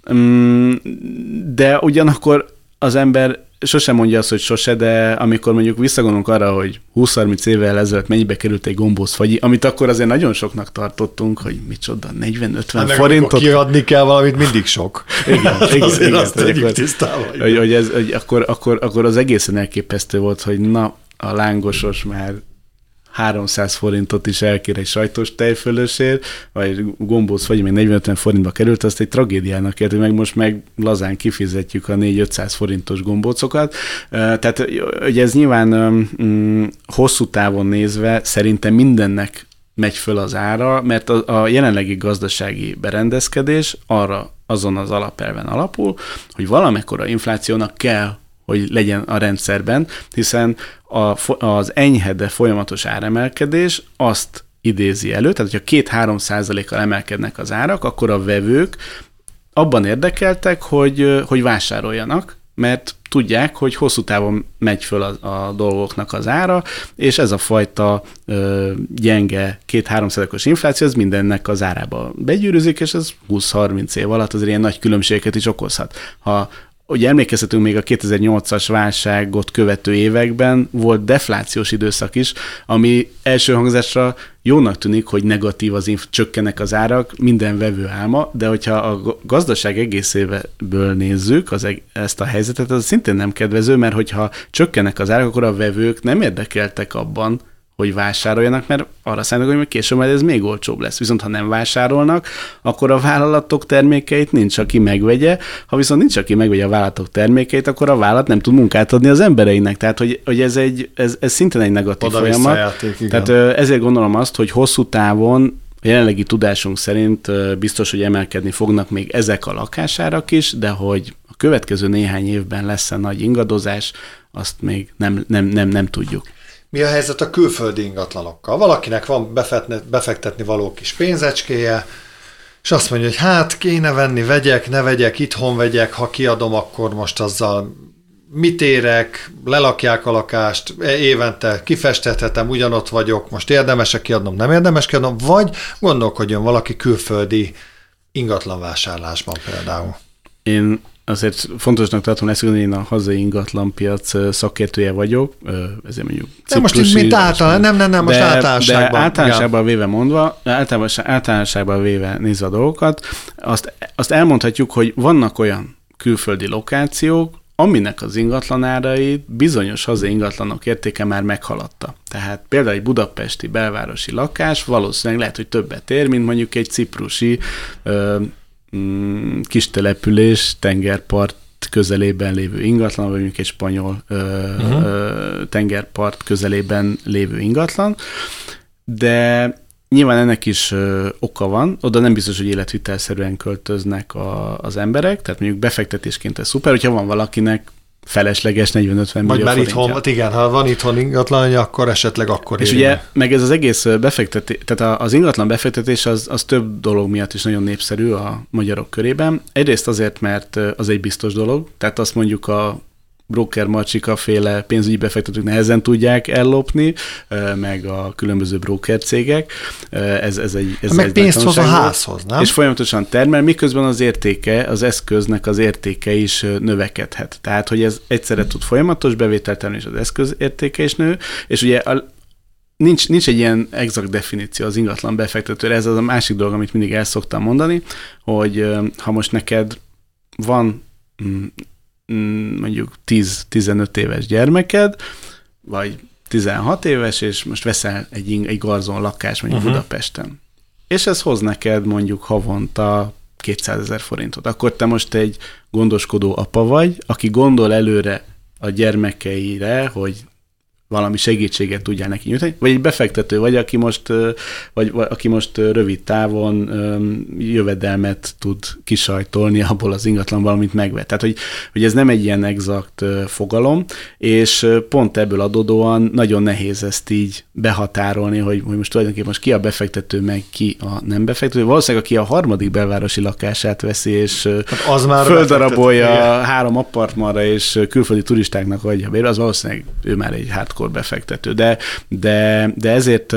de ugyanakkor az ember sosem mondja azt, hogy sose, de amikor mondjuk visszagondolunk arra, hogy húsz-harminc évvel ezelőtt mennyibe került egy gombócfagyi, amit akkor azért nagyon soknak tartottunk, hogy micsoda, negyven-ötven hát forintot. Kiadni kell valamit, mindig sok. Igen, hát igen, azért igen, azt tegyük tisztában. Hogy, hogy, ez, hogy akkor, akkor, akkor az egészen elképesztő volt, hogy na, a lángosos már háromszáz forintot is elkér egy sajtos tejfölösért, vagy gombóc vagy még negyven-ötven forintba került, azt egy tragédiának érti, meg most meg lazán kifizetjük a négy-ötszáz forintos gombócokat. Tehát ugye ez nyilván mm, hosszú távon nézve szerintem mindennek megy föl az ára, mert a, a jelenlegi gazdasági berendezkedés arra azon az alapelven alapul, hogy valamekkora inflációnak kell, hogy legyen a rendszerben, hiszen a, az enyhe, de folyamatos áremelkedés azt idézi elő, tehát hogyha két-három százalékkal emelkednek az árak, akkor a vevők abban érdekeltek, hogy, hogy vásároljanak, mert tudják, hogy hosszú távon megy föl a, a dolgoknak az ára, és ez a fajta ö, gyenge két-három százalékos infláció, ez mindennek az árába begyűrűzik, és ez húsz-harminc év alatt azért ilyen nagy különbségeket is okozhat. Ha ugye emlékezhetünk még a kétezer-nyolcas válságot követő években, volt deflációs időszak is, ami első hangzásra jónak tűnik, hogy negatív az inf- csökkenek az árak, minden vevő álma, de hogyha a gazdaság egészéből nézzük az, ezt a helyzetet, az szintén nem kedvező, mert hogyha csökkenek az árak, akkor a vevők nem érdekeltek abban, hogy vásároljanak, mert arra számítanak, hogy később majd ez még olcsóbb lesz. Viszont ha nem vásárolnak, akkor a vállalatok termékeit nincs, aki megvegye. Ha viszont nincs, aki megvegye a vállalatok termékeit, akkor a vállalat nem tud munkát adni az embereinek. Tehát, hogy, hogy ez, egy, ez, ez szintén egy negatív Oda folyamat. játék, Tehát ezért gondolom azt, hogy hosszú távon a jelenlegi tudásunk szerint biztos, hogy emelkedni fognak még ezek a lakásárak is, de hogy a következő néhány évben lesz-e nagy ingadozás, azt még nem, nem, nem, nem tudjuk. Mi a helyzet a külföldi ingatlanokkal? Valakinek van befektetni való kis pénzecskéje, és azt mondja, hogy hát kéne venni, vegyek, ne vegyek, itthon vegyek, ha kiadom, akkor most azzal mit érek, lelakják a lakást, évente kifestethetem, ugyanott vagyok, most érdemes-e kiadnom, nem érdemes kiadnom, vagy gondolkodjon valaki külföldi ingatlanvásárlásban például. Én azért fontosnak tartom lesz, hogy én a hazai ingatlanpiac szakértője vagyok, ezért mondjuk de most így mint általán, nem, nem, nem, most de, általánosságban. De általánosságban véve mondva, általánosságban véve nézve a dolgokat, azt, azt elmondhatjuk, hogy vannak olyan külföldi lokációk, aminek az ingatlanárai bizonyos hazai ingatlanok értéke már meghaladta. Tehát például egy budapesti belvárosi lakás valószínűleg lehet, hogy többet ér, mint mondjuk egy ciprusi ö, mm, kis település, tengerpart közelében lévő ingatlan, vagy mondjuk egy spanyol ö, uh-huh. ö, tengerpart közelében lévő ingatlan. De nyilván ennek is ö, oka van, oda nem biztos, hogy életvitelszerűen költöznek a, az emberek, tehát mondjuk befektetésként ez szuper, hogyha van valakinek felesleges negyven-ötven millió forintja. forintja. Vagy már itthon, igen, ha van itthon ingatlanja, akkor esetleg akkor És ugye, meg ez az egész befektetés, tehát az ingatlan befektetés az, az több dolog miatt is nagyon népszerű a magyarok körében. Egyrészt azért, mert az egy biztos dolog, tehát azt mondjuk a broker Marcsika féle pénzügyi befektetők nehezen tudják ellopni, meg a különböző broker cégek. Ez, ez egy, ez meg egy pénzt hoz a házhoz, nem? És folyamatosan termel, miközben az értéke, az eszköznek az értéke is növekedhet. Tehát, hogy ez egyszerre tud folyamatos bevételt tenni, és az eszköz értéke is nő, és ugye a Nincs, nincs egy ilyen exakt definíció az ingatlan befektetőre, ez az a másik dolog, amit mindig el szoktam mondani, hogy ha most neked van mondjuk tíz-tizenöt éves gyermeked, vagy tizenhat éves, és most veszel egy, egy garzon lakást mondjuk uh-huh. Budapesten. És ez hoz neked mondjuk havonta kétszázezer forintot. Akkor te most egy gondoskodó apa vagy, aki gondol előre a gyermekeire, hogy valami segítséget tudjál neki nyújtani, vagy egy befektető vagy, aki most, vagy, vagy aki most rövid távon jövedelmet tud kisajtolni abból az ingatlanból, amit megvett. Tehát, hogy, hogy ez nem egy ilyen exakt fogalom, és pont ebből adódóan nagyon nehéz ezt így behatárolni, hogy, hogy most tulajdonképpen most ki a befektető, meg ki a nem befektető. Valószínűleg, aki a harmadik belvárosi lakását veszi, és hát az már földarabolja három apartmanra, és külföldi turistáknak adja bérbe, az valószínűleg ő már egy hardcore befektető. De, de, de ezért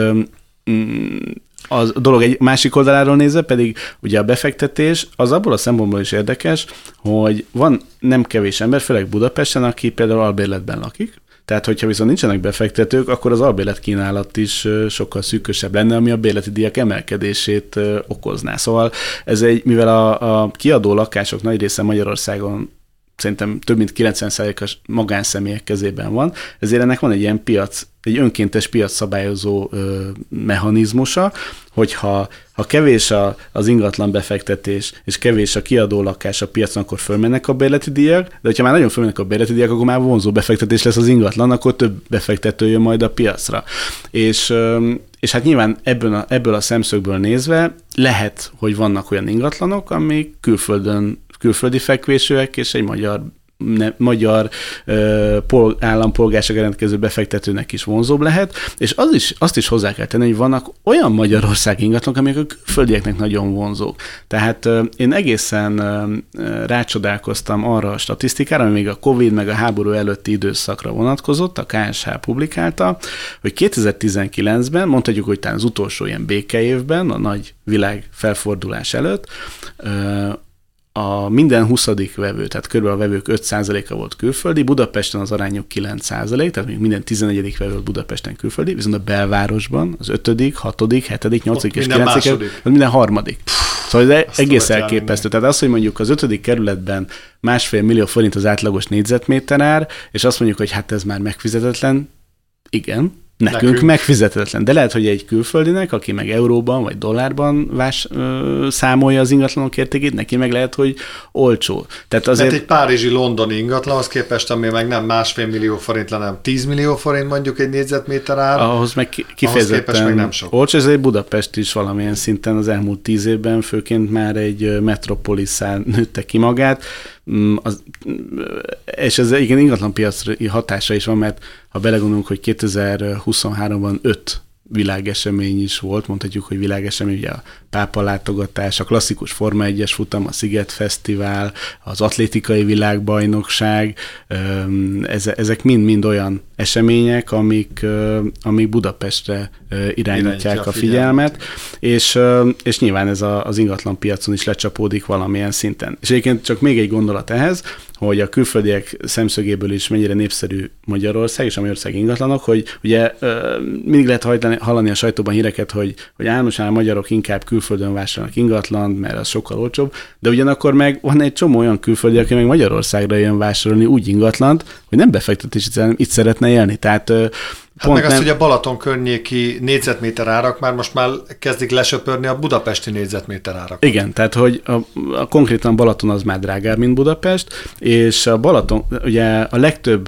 a dolog egy másik oldaláról nézve pedig ugye a befektetés az abból a szempontból is érdekes, hogy van nem kevés ember, főleg Budapesten, aki például albérletben lakik. Tehát, hogyha viszont nincsenek befektetők, akkor az albérlet kínálat is sokkal szűkösebb lenne, ami a bérleti díjak emelkedését okozná. Szóval ez egy, mivel a, a kiadó lakások nagy része Magyarországon szerintem több mint kilencven százalékos magánszemélyek kezében van, ezért ennek van egy ilyen piac, egy önkéntes piacszabályozó ö, mechanizmusa, hogyha ha kevés a, az ingatlan befektetés, és kevés a kiadó lakás a piacon, akkor fölmennek a bérleti díjak, de hogyha már nagyon fölmennek a bérleti díjak, akkor már vonzó befektetés lesz az ingatlan, akkor több befektető jön majd a piacra. És, ö, és hát nyilván ebből a, ebből a szemszögből nézve lehet, hogy vannak olyan ingatlanok, amik külföldön külföldi fekvésűek, és egy magyar, ne, magyar ö, pol, állampolgárságra rendkező befektetőnek is vonzóbb lehet, és az is, azt is hozzá kell tenni, hogy vannak olyan Magyarország ingatlanok, amik a külföldieknek nagyon vonzók. Tehát ö, én egészen ö, rácsodálkoztam arra a statisztikára, ami még a Covid meg a háború előtti időszakra vonatkozott, a ká es há publikálta, hogy kétezer-tizenkilencben, mondhatjuk, hogy talán az utolsó ilyen békeévben, a nagy világ felfordulás előtt, ö, a minden huszadik vevő, tehát körülbelül a vevők öt százaléka volt külföldi, Budapesten az arányok kilenc százalék, tehát még minden tizenegyedik vevő volt Budapesten külföldi, viszont a belvárosban az ötödik, hatodik, hetedik, nyolcadik és kilencedik, minden harmadik. Szóval ez egész elképesztő. Tehát az, hogy mondjuk az ötödik kerületben másfél millió forint az átlagos négyzetméter ár, és azt mondjuk, hogy hát ez már megfizetetlen, igen, Nekünk, Nekünk megfizetetlen. De lehet, hogy egy külföldinek, aki meg euróban vagy dollárban vás, ö, számolja az ingatlanok értékét, neki meg lehet, hogy olcsó. Tehát azért... Mert egy párizsi, londoni ingatlanhoz képest, ami meg nem másfél millió forint, hanem tíz millió forint mondjuk egy négyzetméter ár. Ahhoz meg kifejezetten meg nem sok. Olcsó, ez egy Budapest is valamilyen szinten az elmúlt tíz évben, főként már egy metropolisszá nőtte ki magát. Az, és ez igen ingatlanpiaci hatása is van, mert ha belegondolunk, hogy kétezer-huszonháromban öt világesemény is volt, mondhatjuk, hogy világesemény, ugye a pápa látogatás, a klasszikus Forma egyes futam, a Sziget Fesztivál, az atlétikai világbajnokság, ezek mind-mind olyan események, amik, amik Budapestre irányítják a figyelmet, és, és nyilván ez az ingatlanpiacon is lecsapódik valamilyen szinten. És egyébként csak még egy gondolat ehhez, hogy a külföldiek szemszögéből is mennyire népszerű Magyarország és a Magyarország ingatlanok, hogy ugye mindig lehet hallani a sajtóban híreket, hogy, hogy álmosan a magyarok inkább külföldön vásárolnak ingatlant, mert az sokkal olcsóbb, de ugyanakkor meg van egy csomó olyan külföldi, aki meg Magyarországra jön vásárolni úgy ingatlant, hogy nem befektetés, hanem itt szeretne élni. Tehát Hát meg nem... azt, hogy a Balaton környéki négyzetméter árak már most már kezdik lesöpörni a budapesti négyzetméter árak. Igen, tehát hogy a, a konkrétan Balaton az már drágább, mint Budapest, és a Balaton, ugye a legtöbb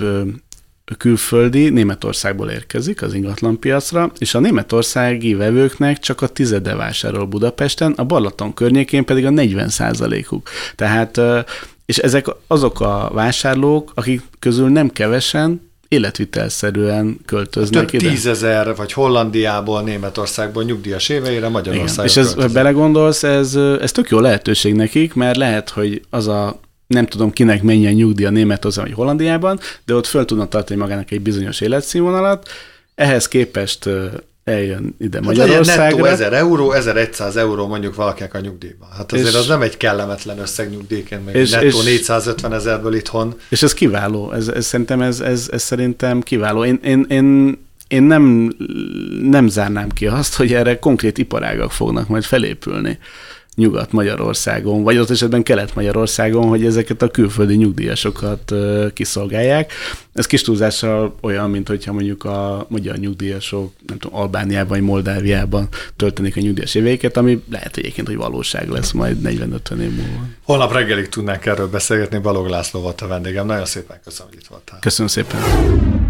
külföldi Németországból érkezik az ingatlanpiacra, és a németországi vevőknek csak a tizede vásárol Budapesten, a Balaton környékén pedig a negyven százalékuk. Tehát, és ezek azok a vásárlók, akik közül nem kevesen életvitelszerűen költöznek több ide. Több tízezer, vagy Hollandiából, Németországból nyugdíjas éveire Magyarországra. És ez, ha belegondolsz, ez, ez tök jó lehetőség nekik, mert lehet, hogy az a nem tudom kinek mennyi a nyugdíj a Németországban vagy Hollandiában, de ott föl tudnak tartani magának egy bizonyos életszínvonalat. Ehhez képest eljön ide hát Magyarországra. Nettó ezer euró, ezerszáz euró mondjuk valakinek a nyugdíjban. Hát azért és, az nem egy kellemetlen összeg nyugdíjként, meg és, nettó és, négyszázötven ezerből itthon. És ez kiváló. Ez, ez szerintem ez, ez, ez szerintem kiváló. Én, én, én, én nem, nem zárnám ki azt, hogy erre konkrét iparágak fognak majd felépülni Nyugat-Magyarországon, vagy ott esetben Kelet-Magyarországon, hogy ezeket a külföldi nyugdíjasokat uh, kiszolgálják. Ez kis túlzással olyan, mint hogyha mondjuk a magyar nyugdíjasok, nem tudom, Albániában vagy Moldáviában töltenék a nyugdíjas éveiket, ami lehet egyébként, hogy valóság lesz majd negyven-ötven év múlva. Holnap reggelig tudnánk erről beszélgetni, Balogh László volt a vendégem. Nagyon szépen köszönöm, hogy itt voltál. Köszönöm szépen.